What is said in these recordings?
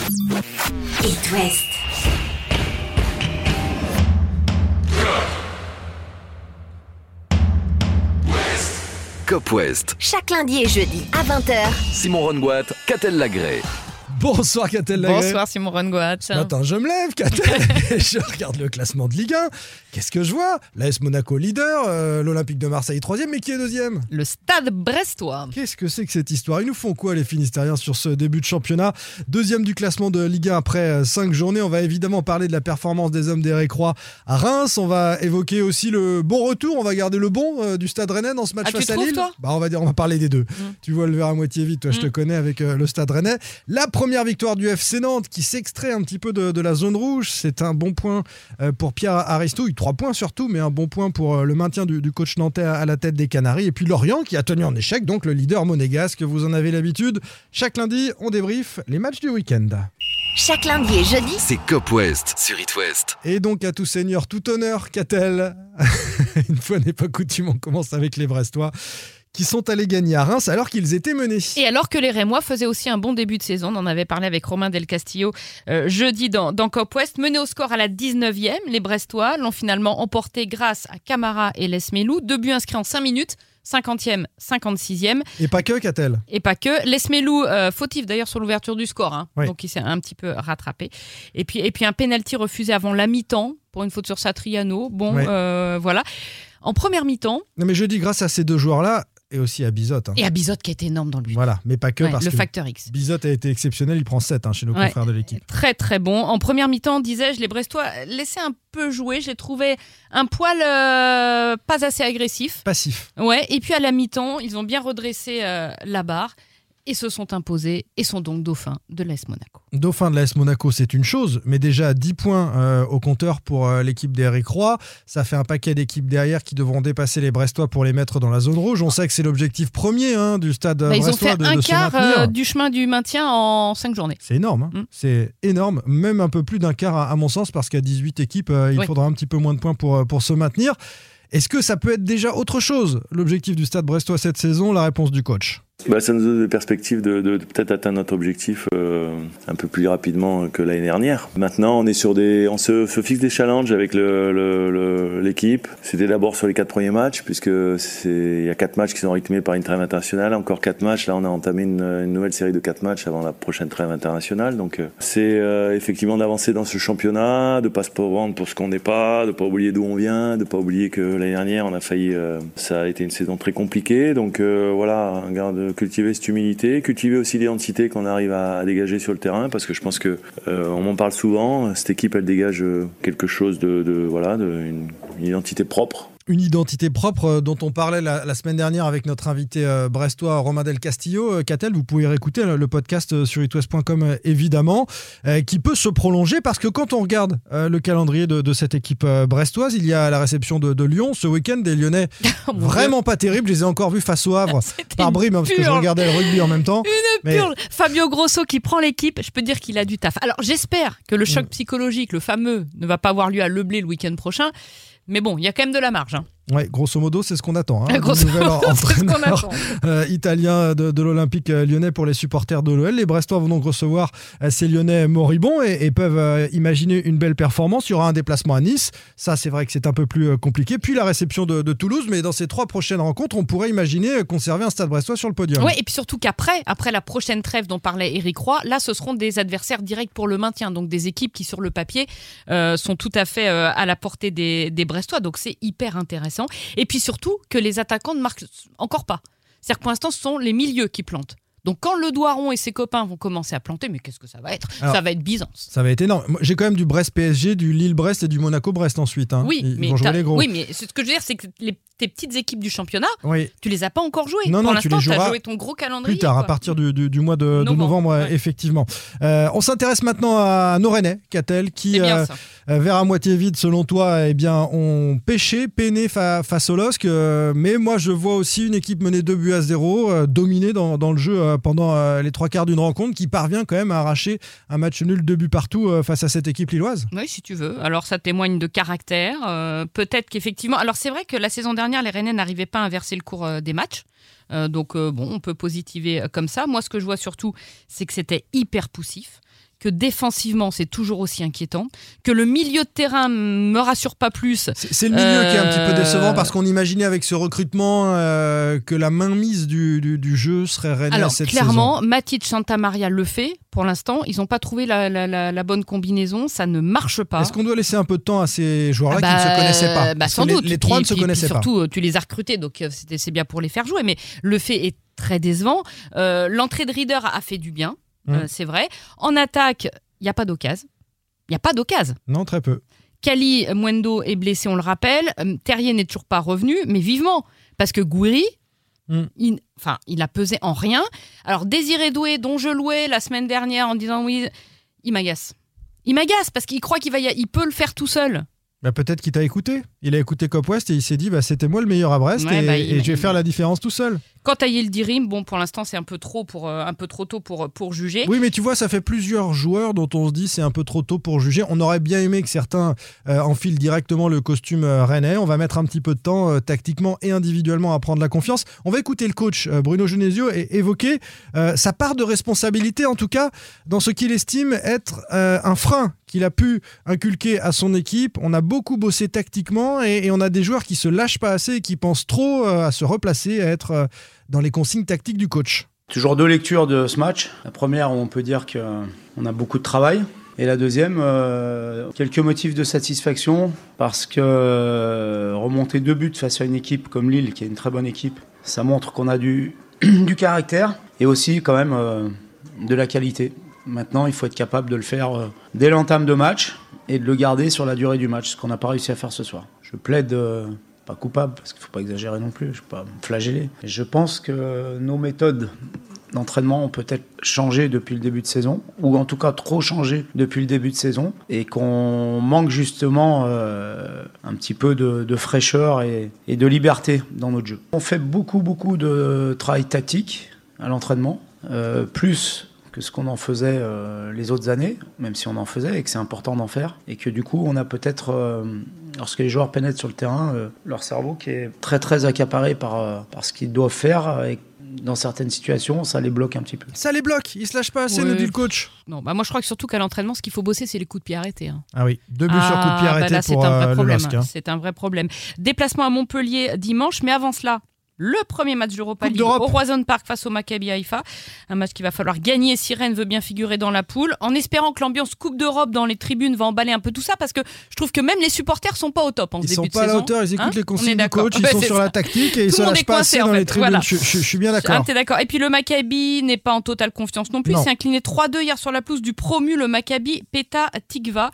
It West. Cop West. Chaque lundi et jeudi à 20h. Simon Rongoat, Catel Lagré. Bonsoir Catel Lagré. Bonsoir Simon Rongoat. Ce matin je me lève Catel et je regarde le classement de Ligue 1. Qu'est-ce que je vois ? L'AS Monaco leader, l'Olympique de Marseille 3e, mais qui est 2e ? Le Stade Brestois. Qu'est-ce que c'est que cette histoire ? Ils nous font quoi les Finistériens sur ce début de championnat ? 2e du classement de Ligue 1 après 5 journées. On va évidemment parler de la performance des hommes d'Éric Roy à Reims. On va évoquer aussi le bon retour. On va garder le bon du Stade Rennais dans ce match face à Lille. Toi on va parler des deux. Tu vois le verre à moitié vide, toi je te connais avec le Stade Rennais. La première victoire du FC Nantes qui s'extrait un petit peu de la zone rouge. C'est un bon point pour Pierre Aristouille. 3 points surtout, mais un bon point pour le maintien du coach nantais à la tête des Canaries. Et puis Lorient qui a tenu en échec, donc le leader monégasque. Vous en avez l'habitude. Chaque lundi, on débriefe les matchs du week-end. Chaque lundi et jeudi, C'est Cop West sur It West. Et donc à tout seigneur, tout honneur, Catel. Une fois n'est pas coutume, on commence avec les Brestois qui sont allés gagner à Reims alors qu'ils étaient menés. Et alors que les Rémois faisaient aussi un bon début de saison, on en avait parlé avec Romain Del Castillo jeudi dans Cop West, menés au score à la 19e, les Brestois l'ont finalement emporté grâce à Camara et Lesmelou, 2 buts inscrits en 5 minutes, 50e, 56e. Et pas que, Catel. Et pas que. Lesmelou, fautif d'ailleurs sur l'ouverture du score, Oui. Donc il s'est un petit peu rattrapé. Et puis un pénalty refusé avant la mi-temps pour une faute sur Satriano. Oui. Voilà. En première mi-temps. Non mais je dis grâce à ces deux joueurs-là, et aussi à Bizot. Et à Bizot qui est énorme dans le but. Voilà, mais pas que parce le que facteur X. Bizot a été exceptionnel, il prend 7 chez nos confrères de l'équipe. Très très bon. En première mi-temps, disais-je, les Brestois laissaient un peu jouer. Je les trouvais un poil pas assez agressifs. Passif. Ouais. Et puis à la mi-temps, ils ont bien redressé la barre et se sont imposés et sont donc dauphins de l'AS Monaco. Dauphin de l'AS Monaco, c'est une chose, mais déjà 10 points au compteur pour l'équipe d'Éric Roy. Ça fait un paquet d'équipes derrière qui devront dépasser les Brestois pour les mettre dans la zone rouge. On sait que c'est l'objectif premier du stade brestois ils ont fait un se maintenir. quart du chemin du maintien en 5 journées. C'est énorme, C'est énorme, même un peu plus d'un quart à mon sens, parce qu'à 18 équipes, il faudra un petit peu moins de points pour se maintenir. Est-ce que ça peut être déjà autre chose, l'objectif du stade brestois cette saison? La réponse du coach. Ça nous donne des perspectives de peut-être atteindre notre objectif un peu plus rapidement que l'année dernière. Maintenant, on se fixe des challenges avec l'équipe. C'était d'abord sur les 4 premiers matchs, puisque il y a 4 matchs qui sont rythmés par une trêve internationale. Encore 4 matchs. Là, on a entamé une nouvelle série de 4 matchs avant la prochaine trêve internationale. Donc, c'est effectivement d'avancer dans ce championnat, de pas se prendre pour ce qu'on n'est pas, de pas oublier d'où on vient, de pas oublier que l'année dernière, on a failli. Ça a été une saison très compliquée. Donc voilà, on garde cultiver cette humilité, cultiver aussi l'identité qu'on arrive à dégager sur le terrain, parce que je pense que on m'en parle souvent, cette équipe elle dégage quelque chose une identité propre. Une identité propre dont on parlait la semaine dernière avec notre invité brestois Romain Del Castillo. Catel, vous pouvez réécouter le podcast sur itwest.com évidemment, qui peut se prolonger parce que quand on regarde le calendrier de cette équipe brestoise, il y a la réception de Lyon ce week-end, des Lyonnais vraiment pas terribles. Je les ai encore vus face au Havre par bribes parce que je regardais le rugby en même temps. Une purge. Fabio Grosso qui prend l'équipe, je peux dire qu'il a du taf. Alors j'espère que le choc psychologique, le fameux, ne va pas avoir lieu à Le Blé le week-end prochain. Mais bon, il y a quand même de la marge. Ouais, grosso modo, c'est ce qu'on attend. Grosso modo, c'est ce qu'on attend. Italien de l'Olympique lyonnais pour les supporters de l'OL. Les Brestois vont donc recevoir ces Lyonnais moribonds et peuvent imaginer une belle performance. Il y aura un déplacement à Nice. Ça, c'est vrai que c'est un peu plus compliqué. Puis la réception de Toulouse. Mais dans ces 3 prochaines rencontres, on pourrait imaginer conserver un stade brestois sur le podium. Ouais, et puis surtout qu'après la prochaine trêve dont parlait Éric Roy, là, ce seront des adversaires directs pour le maintien. Donc des équipes qui, sur le papier, sont tout à fait à la portée des Brestois. Donc c'est hyper intéressant. Et puis surtout que les attaquants ne marquent encore pas. C'est-à-dire que pour l'instant, ce sont les milieux qui plantent. Donc quand le Doiron et ses copains vont commencer à planter, mais qu'est-ce que ça va être ? Alors, ça va être Byzance. Ça va être énorme. Moi, j'ai quand même du Brest-PSG, du Lille-Brest et du Monaco-Brest ensuite. Oui, ils vont jouer les gros. Oui, mais ce que je veux dire, c'est que tes petites équipes du championnat, tu les as pas encore jouées. Non, pour tu les l'instant, joueras tu as joué ton gros calendrier. Plus tard, à partir du mois de novembre, effectivement. On s'intéresse maintenant à nos Rennais, Catel, qui, verre à moitié vide selon toi, ont peiné face au LOSC. Mais moi, je vois aussi une équipe menée 2-0, dominée dans le jeu pendant les 3 quarts d'une rencontre, qui parvient quand même à arracher un match nul 2 buts partout face à cette équipe lilloise. Oui, si tu veux. Alors, ça témoigne de caractère. Peut-être qu'effectivement... Alors, c'est vrai que la saison dernière, les Rennais n'arrivaient pas à inverser le cours des matchs. Donc, on peut positiver comme ça. Moi, ce que je vois surtout, c'est que c'était hyper poussif, que défensivement, c'est toujours aussi inquiétant, que le milieu de terrain me rassure pas plus. C'est le milieu qui est un petit peu décevant parce qu'on imaginait avec ce recrutement que la mainmise du jeu serait rennais cette saison. Alors, clairement, Matic, Santamaria le fait. Pour l'instant, ils n'ont pas trouvé la bonne combinaison. Ça ne marche pas. Est-ce qu'on doit laisser un peu de temps à ces joueurs-là qui ne se connaissaient pas sans doute. Les trois ne se connaissaient pas. Surtout, tu les as recrutés, donc c'est bien pour les faire jouer. Mais le fait est très décevant. L'entrée de Rieder a fait du bien. C'est vrai. En attaque, il n'y a pas d'occasion. Non, très peu. Kali Mwendo est blessé, on le rappelle. Terrier n'est toujours pas revenu, mais vivement. Parce que Gouiri, il a pesé en rien. Alors, Désiré Doué, dont je louais la semaine dernière en disant oui, il m'agace. Il m'agace parce qu'il croit il peut le faire tout seul. Peut-être qu'il t'a écouté. Il a écouté Cop West et il s'est dit c'était moi le meilleur à Brest et je vais faire la différence tout seul. Quant à Yildirim, pour l'instant c'est un peu trop tôt pour juger. Oui, mais tu vois, ça fait plusieurs joueurs dont on se dit c'est un peu trop tôt pour juger. On aurait bien aimé que certains enfilent directement le costume rennais. On va mettre un petit peu de temps tactiquement et individuellement à prendre la confiance. On va écouter le coach Bruno Genesio et évoquer sa part de responsabilité, en tout cas dans ce qu'il estime être un frein qu'il a pu inculquer à son équipe. On a beaucoup bossé tactiquement et on a des joueurs qui se lâchent pas assez et qui pensent trop à se replacer, à être dans les consignes tactiques du coach. Toujours deux lectures de ce match. La première, on peut dire qu'on a beaucoup de travail. Et la deuxième, quelques motifs de satisfaction parce que remonter 2 buts face à une équipe comme Lille, qui est une très bonne équipe, ça montre qu'on a du caractère et aussi quand même de la qualité. Maintenant, il faut être capable de le faire dès l'entame de match et de le garder sur la durée du match, ce qu'on n'a pas réussi à faire ce soir. Je plaide pas coupable, parce qu'il ne faut pas exagérer non plus, je ne vais pas me flageller. Et je pense que nos méthodes d'entraînement ont peut-être changé depuis le début de saison, ou en tout cas trop changé depuis le début de saison, et qu'on manque justement un petit peu de fraîcheur et de liberté dans notre jeu. On fait beaucoup de travail tactique à l'entraînement, plus que ce qu'on en faisait les autres années, même si on en faisait et que c'est important d'en faire, et que du coup on a peut-être, lorsque les joueurs pénètrent sur le terrain, leur cerveau qui est très très accaparé par ce qu'ils doivent faire, et dans certaines situations ça les bloque un petit peu. Ça les bloque, ils se lâchent pas assez, nous dit le coach. Non, moi je crois que surtout qu'à l'entraînement ce qu'il faut bosser c'est les coups de pied arrêtés. Ah oui, 2 buts sur coups de pied arrêtés là, pour le LOSC. C'est un vrai problème. Déplacement à Montpellier dimanche, mais avant cela, le premier match d'Europa League au Roison Park face au Maccabi Haïfa. Un match qu'il va falloir gagner si Rennes veut bien figurer dans la poule, en espérant que l'ambiance Coupe d'Europe dans les tribunes va emballer un peu tout ça, parce que je trouve que même les supporters sont pas au top en ce début de saison. Ils sont pas à la hauteur, ils écoutent les consignes du coach, ils sont sur la tactique et ils se lâchent pas assez dans les tribunes. Voilà. Je suis bien d'accord. T'es d'accord. Et puis le Maccabi n'est pas en totale confiance non plus. Il s'est incliné 3-2 hier sur la pelouse du promu, le Maccabi Petah Tikva.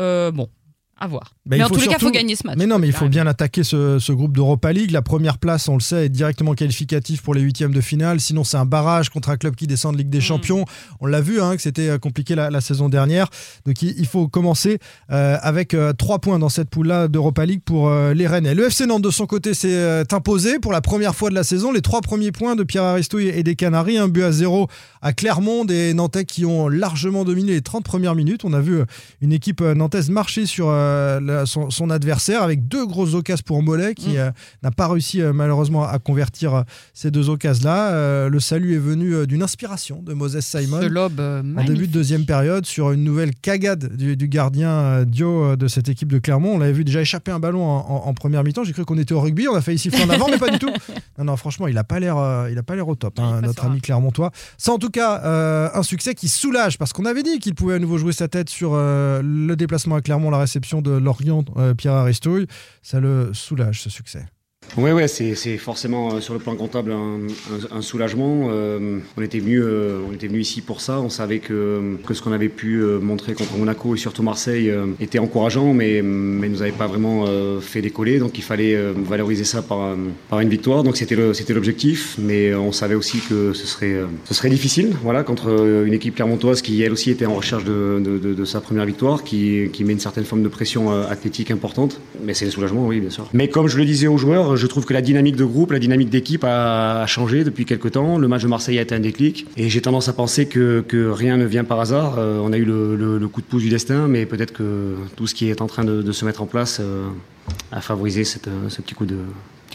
À voir. Mais en tous les cas, il faut gagner ce match. Mais non, mais il faut bien attaquer ce groupe d'Europa League. La première place, on le sait, est directement qualificative pour les 8e de finale. Sinon, c'est un barrage contre un club qui descend de Ligue des Champions. On l'a vu, que c'était compliqué la saison dernière. Donc, il faut commencer avec 3 points dans cette poule-là d'Europa League pour les Rennais. Le FC Nantes, de son côté, s'est imposé pour la première fois de la saison. Les 3 premiers points de Pierre Aristouille et des Canaries. 1-0 à Clermont. Des Nantais qui ont largement dominé les 30 premières minutes. On a vu une équipe nantaise marcher sur son adversaire avec 2 grosses occasions pour Mollet qui n'a pas réussi malheureusement à convertir ces 2 occasions-là. Le salut est venu d'une inspiration de Moses Simon en début de deuxième période sur une nouvelle cagade du gardien Dio de cette équipe de Clermont. On l'avait vu déjà échapper un ballon en première mi-temps. J'ai cru qu'on était au rugby, on a failli siffler en avant, mais pas du tout. Non, franchement, il n'a pas l'air au top, notre ami clermontois. C'est en tout cas un succès qui soulage, parce qu'on avait dit qu'il pouvait à nouveau jouer sa tête sur le déplacement à Clermont, la réception de Lorient, Pierre Aristouille. Ça le soulage, ce succès. Oui, c'est forcément sur le plan comptable un soulagement. On était venu ici pour ça. On savait que ce qu'on avait pu montrer contre Monaco et surtout Marseille était encourageant, mais nous avait pas vraiment fait décoller. Donc il fallait valoriser ça par une victoire. Donc c'était l'objectif, mais on savait aussi que ce serait difficile. Voilà, contre une équipe clermontoise qui elle aussi était en recherche de sa première victoire, qui met une certaine forme de pression athlétique importante. Mais c'est le soulagement, oui, bien sûr. Mais comme je le disais aux joueurs, je trouve que la dynamique de groupe, la dynamique d'équipe a changé depuis quelques temps. Le match de Marseille a été un déclic. Et j'ai tendance à penser que rien ne vient par hasard. On a eu le coup de pouce du destin, mais peut-être que tout ce qui est en train de se mettre en place a favorisé ce petit coup de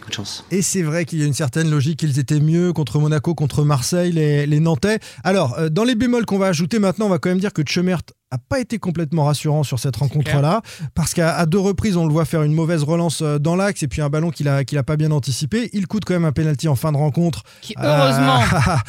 Coup de chance. Et c'est vrai qu'il y a une certaine logique, ils étaient mieux contre Monaco, contre Marseille, les Nantais. Alors, dans les bémols qu'on va ajouter maintenant, on va quand même dire que Tchemert n'a pas été complètement rassurant sur cette rencontre-là, parce qu'à 2 reprises, on le voit faire une mauvaise relance dans l'axe et puis un ballon qu'il a pas bien anticipé. Il coûte quand même un pénalty en fin de rencontre. Qui, heureusement,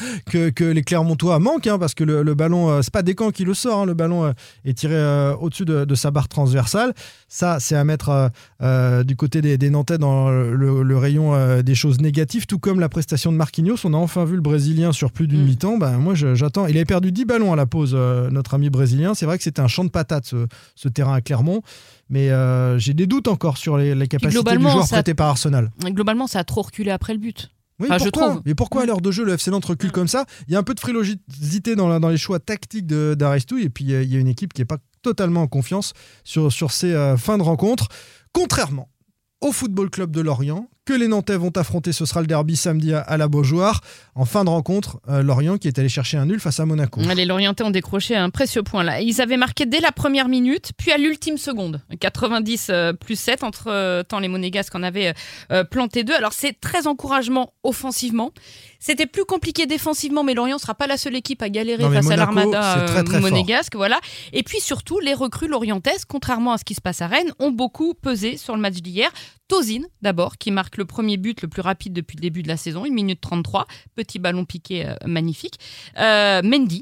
que les Clermontois manquent, parce que le ballon, c'est pas Descamps qui le sort, le ballon est tiré au-dessus de sa barre transversale. Ça, c'est à mettre du côté des Nantais dans le rayon des choses négatives, tout comme la prestation de Marquinhos. On a enfin vu le Brésilien sur plus d'une mi-temps. Moi, j'attends. Il avait perdu 10 ballons à la pause, notre ami brésilien. C'est vrai que c'était un champ de patates, ce terrain à Clermont. Mais j'ai des doutes encore sur les capacités du joueur prêté par Arsenal. Globalement, ça a trop reculé après le but. Oui, je trouve. Mais pourquoi à l'heure de jeu, le FC Nantes recule comme ça ? Il y a un peu de frilosité dans les choix tactiques d'Aristouille. Et puis, il y a une équipe qui n'est pas totalement en confiance sur ces fins de rencontre. Contrairement au Football Club de Lorient, que les Nantais vont affronter, ce sera le derby samedi à la Beaujoire. En fin de rencontre, Lorient qui est allé chercher un nul face à Monaco. Les Lorientais ont décroché un précieux point là. Ils avaient marqué dès la première minute, puis à l'ultime seconde. 90 plus 7, entre-temps les Monégasques en avaient planté 2. Alors c'est très encouragement offensivement. C'était plus compliqué défensivement, mais Lorient ne sera pas la seule équipe à galérer face Monaco, à l'Armada très monégasque. Voilà. Et puis surtout, les recrues lorientaises, contrairement à ce qui se passe à Rennes, ont beaucoup pesé sur le match d'hier. Tozin, d'abord, qui marque le premier but le plus rapide depuis le début de la saison, 1 minute 33, petit ballon piqué magnifique. Mendy,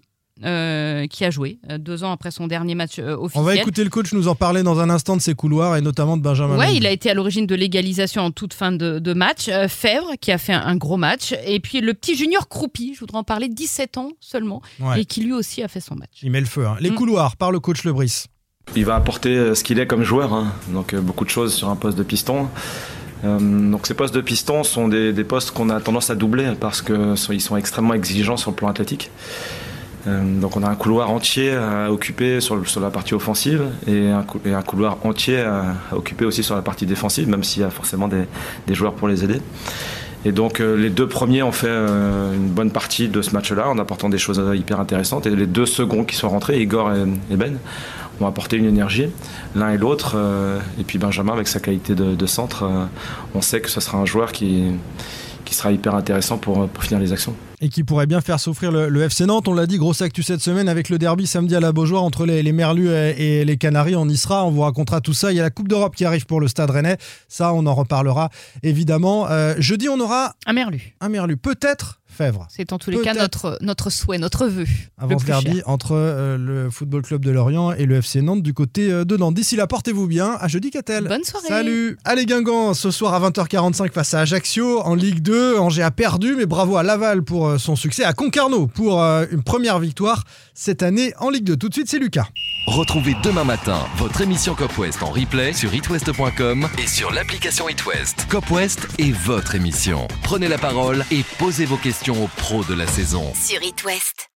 qui a joué 2 ans après son dernier match officiel. On va écouter le coach nous en parler dans un instant de ses couloirs et notamment de Benjamin Mendy. Il a été à l'origine de l'égalisation en toute fin de match. Fèvre, qui a fait un gros match. Et puis le petit junior Croupi, je voudrais en parler, 17 ans seulement, et qui lui aussi a fait son match. Il met le feu. Les couloirs par le coach Lebris. Il va apporter ce qu'il est comme joueur, donc beaucoup de choses sur un poste de piston. Donc ces postes de piston sont des postes qu'on a tendance à doubler parce qu'ils sont extrêmement exigeants sur le plan athlétique. Donc on a un couloir entier à occuper sur la partie offensive et un couloir entier à occuper aussi sur la partie défensive, même s'il y a forcément des joueurs pour les aider. Et donc les 2 premiers ont fait une bonne partie de ce match-là en apportant des choses hyper intéressantes. Et les 2 seconds qui sont rentrés, Igor et Ben, ont apporté une énergie, l'un et l'autre. Et puis Benjamin, avec sa qualité de centre, on sait que ce sera un joueur qui sera hyper intéressant pour finir les actions. Et qui pourrait bien faire souffrir le FC Nantes. On l'a dit, grosse actu cette semaine avec le derby samedi à la Beaujoire entre les Merlus et les Canaries. On y sera, on vous racontera tout ça. Il y a la Coupe d'Europe qui arrive pour le Stade Rennais. Ça, on en reparlera évidemment. Jeudi, on aura un Merlu. Peut-être Fèvre. C'est en tous les cas notre souhait, notre vœu. Avant ce derby entre le Football Club de Lorient et le FC Nantes du côté de Nantes. D'ici là, portez-vous bien. À jeudi, Catel. Bonne soirée. Salut. Allez, Guingamp, ce soir à 20h45 face à Ajaccio en Ligue 2. Angers a perdu, mais bravo à Laval pour son succès. À Concarneau pour une première victoire cette année en Ligue 2. Tout de suite, c'est Lucas. Retrouvez demain matin votre émission Cop West en replay sur itwest.com et sur l'application itwest. Cop West est votre émission. Prenez la parole et posez vos questions aux pros de la saison. Sur It West.